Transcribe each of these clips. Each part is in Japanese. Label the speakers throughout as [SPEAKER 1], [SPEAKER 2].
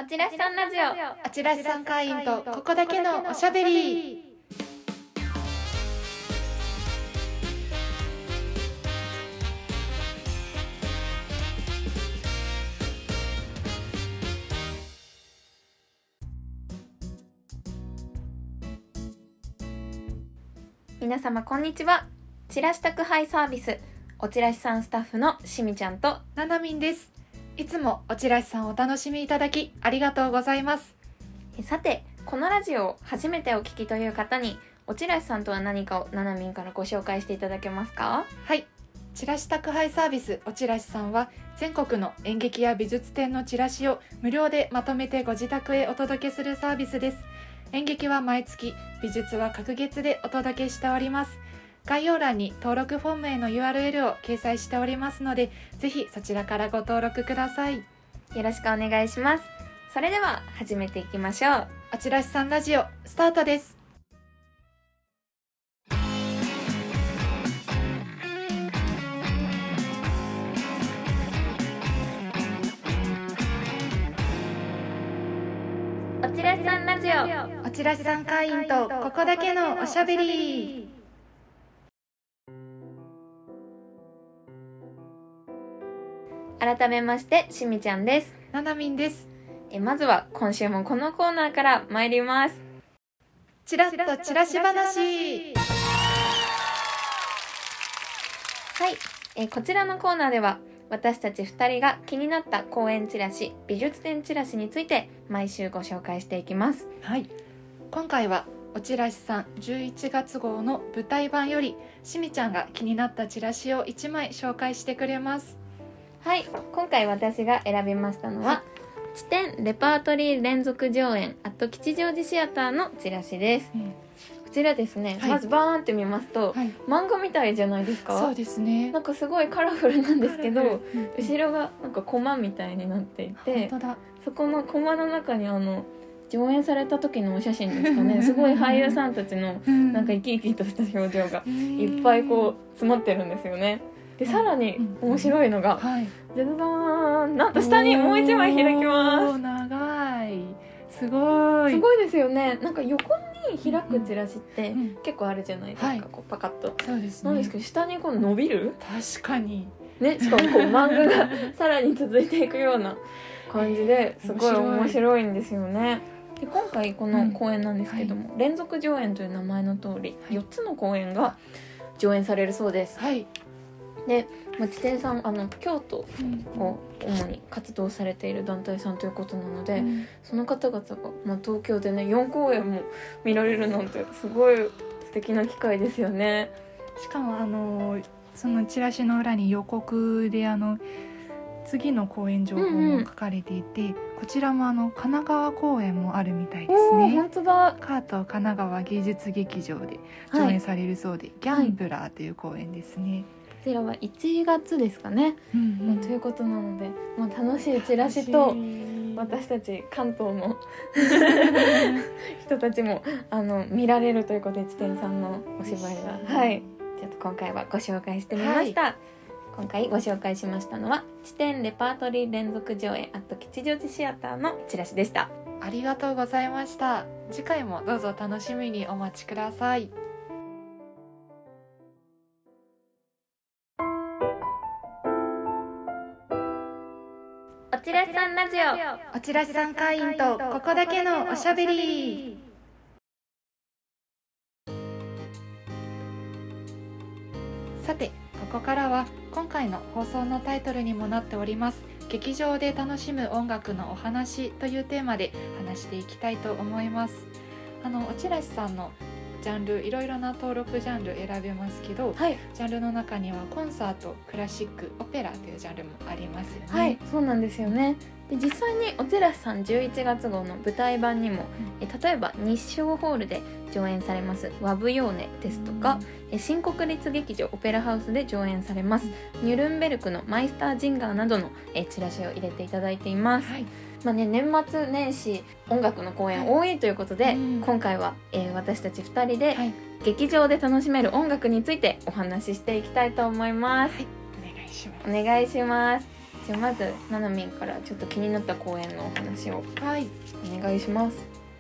[SPEAKER 1] おちらしさんラジオ。
[SPEAKER 2] おちらしさん会員とここだけのおしゃべり。
[SPEAKER 1] 皆様こんにちは。チラシ宅配サービスおちらしさんスタッフのしみちゃんと
[SPEAKER 2] ななみんです。いつもおちらしさんをお楽しみいただきありがとうございます。
[SPEAKER 1] さて、このラジオを初めてお聞きという方におちらしさんとは何かをななみんからご紹介していただけますか？
[SPEAKER 2] はい、チラシ宅配サービスおちらしさんは全国の演劇や美術展のチラシを無料でまとめてご自宅へお届けするサービスです。演劇は毎月、美術は隔月でお届けしております。概要欄に登録フォームへの URL を掲載しておりますので、ぜひそちらからご登録ください。
[SPEAKER 1] よろしくお願いします。それでは始めていきましょう。
[SPEAKER 2] おちらしさんラジオスタートです。
[SPEAKER 1] おちらしさんラジオ。
[SPEAKER 2] おちらしさん会員とここだけのおしゃべり。
[SPEAKER 1] 改めましてしみちゃんです。
[SPEAKER 2] ななみんです。
[SPEAKER 1] まずは今週もこのコーナーから参ります。
[SPEAKER 2] チラッとチラシ話。
[SPEAKER 1] はい、こちらのコーナーでは私たち2人が気になった公演チラシ、美術展チラシについて毎週ご紹介していきます。
[SPEAKER 2] はい、今回はおちらしさん11月号の舞台版よりしみちゃんが気になったチラシを1枚紹介してくれます。
[SPEAKER 1] はい、今回私が選びましたのは、地点レパートリー連続上演吉祥寺シアターのチラシです。こちらですね、まずバーンって見ますと、漫画みたいじゃないですか？
[SPEAKER 2] そうですね。
[SPEAKER 1] なんかすごいカラフルなんですけど、後ろがなんかコマみたいになっていて、
[SPEAKER 2] 本当だ。
[SPEAKER 1] そこのコマの中に上演された時のお写真ですかねすごい俳優さんたちのなんか生き生きとした表情がいっぱいこう詰まってるんですよね。でさらに面白いのが、じゃじゃーん、なんと下にもう一枚開きます。
[SPEAKER 2] 長い、すごい
[SPEAKER 1] ですよね。なんか横に開くチラシって結構あるじゃないですか、こうパカッと。
[SPEAKER 2] そうですね。
[SPEAKER 1] なんですけど下にこう伸びる、
[SPEAKER 2] 確かに
[SPEAKER 1] ね、しかもこう漫画がさらに続いていくような感じですごい面白いんですよね。で今回この公演なんですけども、連続上演という名前の通り4つの公演が上演されるそうです。で、地点さん京都を主に活動されている団体さんということなので、その方々が、東京でね4公演も見られるなんてすごい素敵な機会ですよね。
[SPEAKER 2] しかもそのチラシの裏に予告で次の公演情報も書かれていて、こちらも神奈川公演もあるみたいですね。
[SPEAKER 1] 本当だ。
[SPEAKER 2] カート神奈川芸術劇場で上演されるそうで、ギャンブラーという公演ですね。
[SPEAKER 1] こちらは1月ですかね、ということなので、楽しいチラシと私たち関東の人たちも見られるということで、地点さんのお芝居がちょっと今回はご紹介してみました。今回ご紹介しましたのは地点レパートリー連続上演吉祥寺シアターのチラシでした。
[SPEAKER 2] ありがとうございました。次回もどうぞ楽しみにお待ちください。
[SPEAKER 1] おちらしさんラジオ。
[SPEAKER 2] おちらしさん会員とここだけのおしゃべり。さて、ここからは今回の放送のタイトルにもなっております劇場で楽しむ音楽のお話というテーマで話していきたいと思います。おちらしさんのジャンル、いろいろな登録ジャンル選べますけど、ジャンルの中にはコンサート、クラシック、オペラというジャンルもありますよね。
[SPEAKER 1] そうなんですよね。で実際におちらしさん11月号の舞台版にも、例えば日照ホールで上演されますワブヨーネですとか、新国立劇場オペラハウスで上演されますニュルンベルクのマイスタージンガーなどのチラシを入れていただいています。年末年始音楽の公演多いということで、今回は、私たち2人で劇場で楽しめる音楽についてお話ししていきたいと思います。
[SPEAKER 2] お願いします。
[SPEAKER 1] お願いします。 じゃあまずななみんからちょっと気になった公演のお話を
[SPEAKER 2] はい、
[SPEAKER 1] お願いします。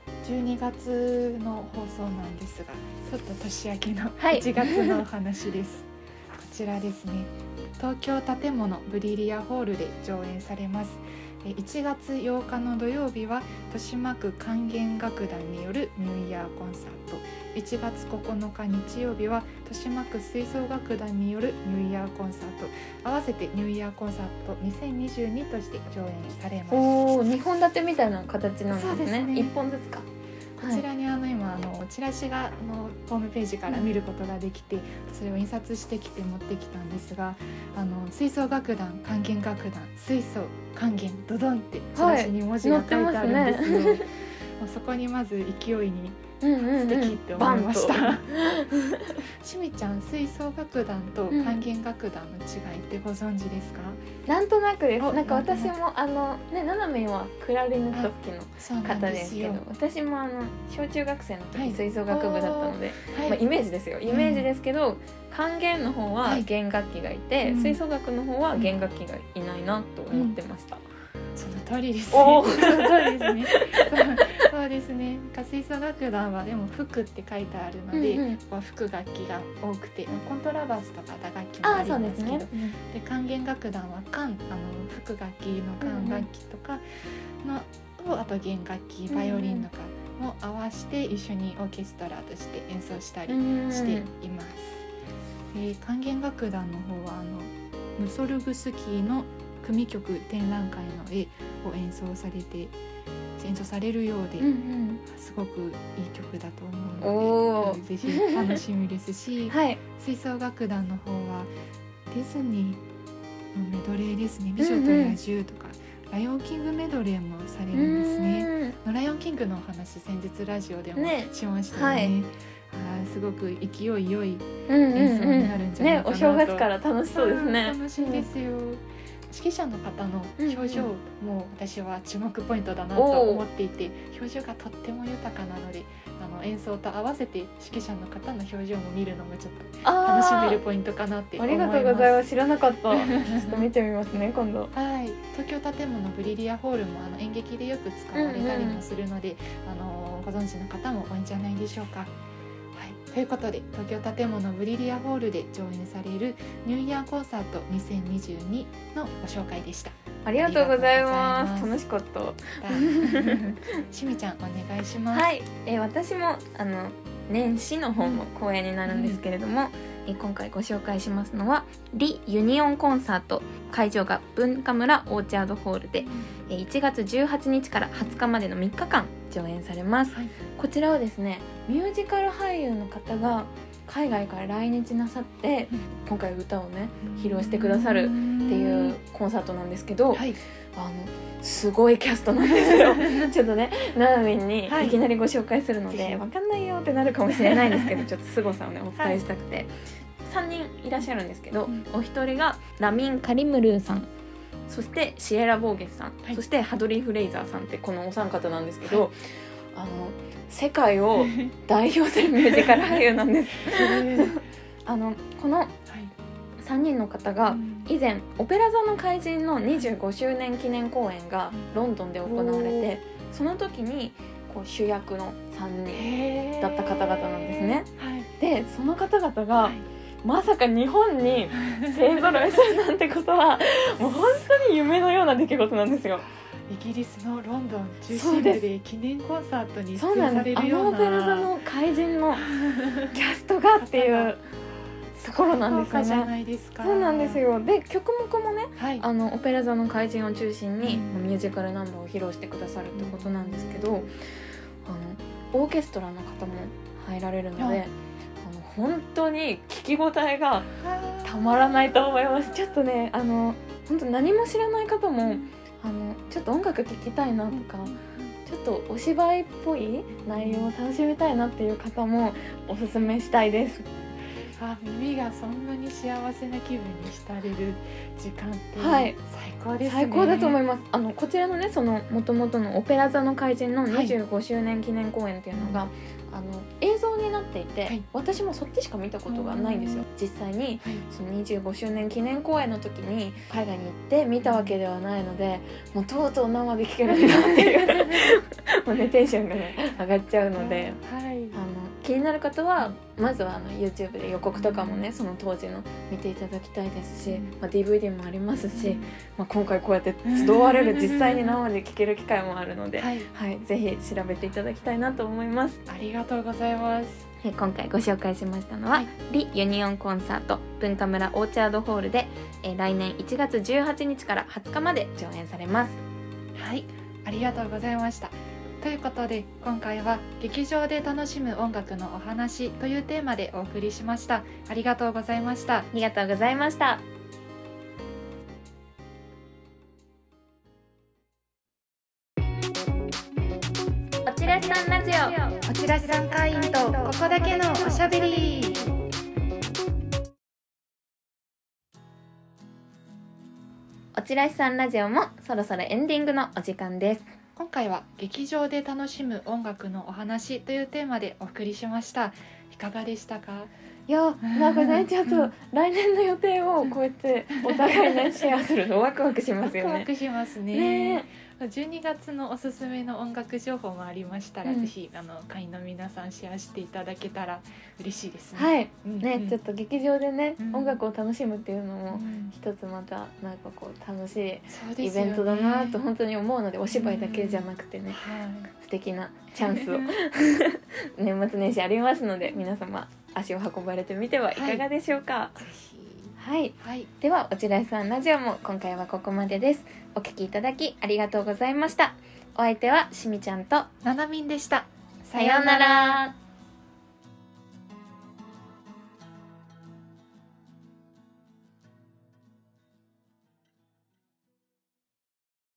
[SPEAKER 2] 12月の放送なんですが、ちょっと年明けの
[SPEAKER 1] はい
[SPEAKER 2] 1月のお話です、こちらですね、東京建物ブリリアホールで上演されます。1月8日の土曜日は豊島区管弦楽団によるニューイヤーコンサート、1月9日日曜日は豊島区吹奏楽団によるニューイヤーコンサート、合わせてニューイヤーコンサート2022として上演されます。
[SPEAKER 1] おお、2本立てみたいな形なんですね。
[SPEAKER 2] そうですね
[SPEAKER 1] 1本ずつか。
[SPEAKER 2] こちらに今チラシがホームページから見ることができて、それを印刷してきて持ってきたんですが、吹奏楽団、管弦楽団、吹奏、管弦、ドドンってチラシに文字が書いてあるんですよ、もうそこにまず勢いに素敵って思いました、しみちゃん、吹奏楽団と管弦楽団の違いってご存知ですか？
[SPEAKER 1] なんとなくです。
[SPEAKER 2] お
[SPEAKER 1] なんか私もななみんはクラリネット吹きの
[SPEAKER 2] そうなん
[SPEAKER 1] 方
[SPEAKER 2] でよ
[SPEAKER 1] ですすけど、私も小中学生の
[SPEAKER 2] はい
[SPEAKER 1] 時吹奏楽部だったので、
[SPEAKER 2] はい、
[SPEAKER 1] まあ、イメージですよ、イメージですけど、管弦の方は
[SPEAKER 2] はい
[SPEAKER 1] 弦楽器がいて、
[SPEAKER 2] うん
[SPEAKER 1] 吹奏楽の方は弦楽器がいないなと思ってました。
[SPEAKER 2] その通りですね。
[SPEAKER 1] おー
[SPEAKER 2] そうですね。そうですね。吹奏楽団はでも吹くって書いてあるので、
[SPEAKER 1] うんうん、
[SPEAKER 2] こう吹く楽器が多くて、コントラバスとか打楽器も
[SPEAKER 1] ああ、
[SPEAKER 2] あり
[SPEAKER 1] そう
[SPEAKER 2] ますけど、
[SPEAKER 1] ですね。
[SPEAKER 2] で管弦楽団は管吹く楽器の管楽器とかの、あと弦楽器、バイオリンとかも合わせて一緒にオーケストラとして演奏したりしています。管弦楽団の方はムソルグスキーの組曲展覧会の絵を演奏されるようで、
[SPEAKER 1] うんうん、
[SPEAKER 2] すごくいい曲だと思うので、ぜひ楽しみですし、
[SPEAKER 1] はい、
[SPEAKER 2] 吹奏楽団の方はディズニーのメドレーですね、美女と野獣とか、ライオンキングメドレーもされるんですね。ライオンキングのお話、先日ラジオでもしましたよね。すごく勢い良い演奏になるんじゃないかなと、
[SPEAKER 1] お正月から楽しそうですね。
[SPEAKER 2] 楽しいですよ。指揮者の方の表情も私は注目ポイントだなと思っていて、表情がとっても豊かなので、演奏と合わせて指揮者の方の表情も見るのもちょっと楽しめるポイントかなって思います。
[SPEAKER 1] ありがとうございます。知らなかった。ちょっと見てみますね、今度。
[SPEAKER 2] はい、東京建物ブリリアホールも演劇でよく使われたりもするので、ご存知の方も多いんじゃないでしょうか。ということで、東京建物ブリリアホールで上演されるニューイヤーコンサート2022のご紹介でした。
[SPEAKER 1] ありがとうございます。楽しかった。
[SPEAKER 2] しみちゃん、お願いします。
[SPEAKER 1] はい、私も年始の方の公演になるんですけれども、今回ご紹介しますのはリ・ユニオンコンサート。会場が文化村オーチャードホールで、1月18日から20日までの3日間上演されます、はい、こちらはですね、ミュージカル俳優の方が海外から来日なさって、今回歌をね披露してくださるっていうコンサートなんですけど、はい、すごいキャストなんですよちょっとね、ななみんにいきなりご紹介するので、わかんないよってなるかもしれないんですけどちょっと凄さをねお伝えしたくて、3人いらっしゃるんですけど、お一人がラミン・カリムルーさん、そしてシエラ・ボーゲスさん、そしてハドリー・フレイザーさんってこのお三方なんですけど、世界を代表するミュージカル俳優なんですこの3人の方が以前オペラ座の怪人の25周年記念公演がロンドンで行われて、その時に主役の3人だった方々なんですね。でその方々がまさか日本に勢ぞろいするなんてことはもう本当に夢のような出来事なんですよ。
[SPEAKER 2] イギリスのロンドン中心部で記念コンサートに出演されるような、
[SPEAKER 1] オペラ座の怪人のキャストがっていうところなんですよね。
[SPEAKER 2] じゃないですか。
[SPEAKER 1] そうなんですよ。で曲目もね、
[SPEAKER 2] はい、
[SPEAKER 1] オペラ座の怪人を中心にミュージカルナンバーを披露してくださるってことなんですけど、オーケストラの方も入られるので、本当に聞き応えがたまらないと思います。ちょっとね、本当何も知らない方もちょっと音楽聴きたいなとか、ちょっとお芝居っぽい内容を楽しみたいなっていう方もおすすめしたいです。
[SPEAKER 2] 耳がそんなに幸せな気分に浸れる時間って
[SPEAKER 1] はい
[SPEAKER 2] 最高ですね。
[SPEAKER 1] 最高だと思います。こちらのね、その元々のオペラ座の怪人の25周年記念公演っていうのが、映像になっていて、
[SPEAKER 2] はい
[SPEAKER 1] 私もそっちしか見たことがないんですよ。実際に
[SPEAKER 2] はい
[SPEAKER 1] その25周年記念公演の時に海外に行って見たわけではないので、もうとうとう生で聴けるんだっていうもうね、テンションがね上がっちゃうので、
[SPEAKER 2] はい
[SPEAKER 1] 気になる方はまずはYouTube で予告とかもね、その当時の見ていただきたいですし、DVD もありますし、今回こうやって集われる、実際に生で聴ける機会もあるので、
[SPEAKER 2] はい
[SPEAKER 1] ぜひ調べていただきたいなと思います。
[SPEAKER 2] ありがとうございます。
[SPEAKER 1] 今回ご紹介しましたのは、リ・ユニオンコンサート文化村オーチャードホールで、来年1月18日から20日まで上演されます。
[SPEAKER 2] はい、ありがとうございました。ということで今回は劇場で楽しむ音楽のお話というテーマでお送りしました。ありがとうございました。
[SPEAKER 1] ありがとうございました。おちらしさんラジオ、
[SPEAKER 2] おちらしさん会員とここだけのおしゃべり。
[SPEAKER 1] おちらしさんラジオもそろそろエンディングのお時間です。
[SPEAKER 2] 今回は劇場で楽しむ音楽のお話というテーマでお送りしました。いかがでしたか？
[SPEAKER 1] いや、なんかね、ちょっと来年の予定をこうやってお互いねシェアするとワクワクしますよね。
[SPEAKER 2] ワクワクしますね。
[SPEAKER 1] ね
[SPEAKER 2] 12月のおすすめの音楽情報もありましたら、ぜひ会員の皆さんシェアしていただけたら嬉しいですね。
[SPEAKER 1] はい、
[SPEAKER 2] ね、
[SPEAKER 1] ちょっと劇場でね、
[SPEAKER 2] うん
[SPEAKER 1] 音楽を楽しむっていうのも一つまたなんかこう楽しい
[SPEAKER 2] そうですよね、
[SPEAKER 1] イベントだなと本当に思うので、お芝居だけじゃなくてね、
[SPEAKER 2] はい
[SPEAKER 1] 素敵なチャンスを年末年始ありますので、皆様足を運ばれてみてはいかがでしょうか。
[SPEAKER 2] ぜひ。
[SPEAKER 1] はい、
[SPEAKER 2] はい、
[SPEAKER 1] ではおちらしさんラジオも今回はここまでです。お聞きいただきありがとうございました。お相手はしみちゃんと
[SPEAKER 2] ななみんでした。
[SPEAKER 1] さようなら。